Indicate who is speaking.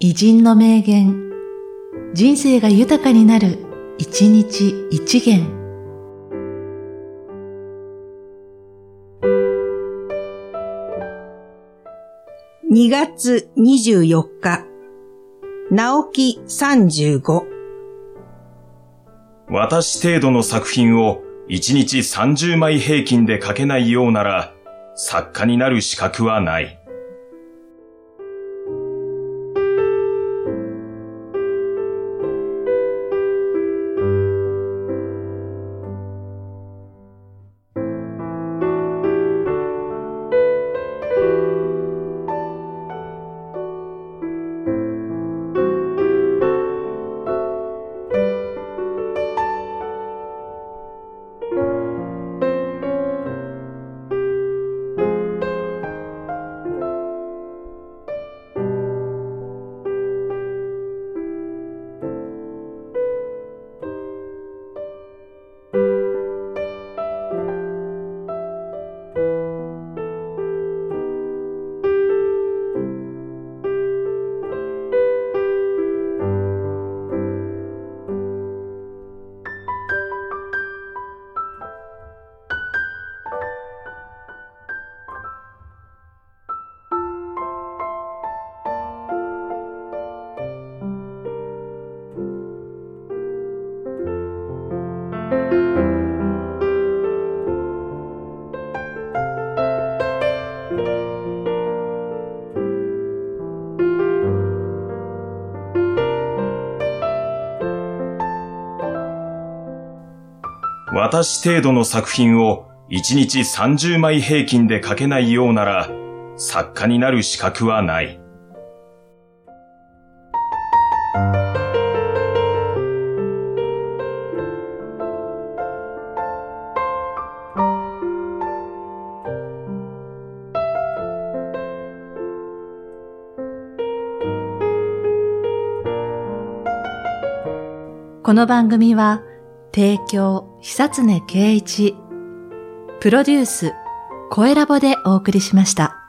Speaker 1: 偉人の名言、人生が豊かになる、一日一元。
Speaker 2: 2月24日、直木35。
Speaker 3: 私程度の作品を1日30枚平均で書けないようなら、作家になる資格はない。私程度の作品を1日30枚平均で書けないようなら、作家になる資格はない。
Speaker 1: この番組は、提供久常圭一、プロデュース声ラボでお送りしました。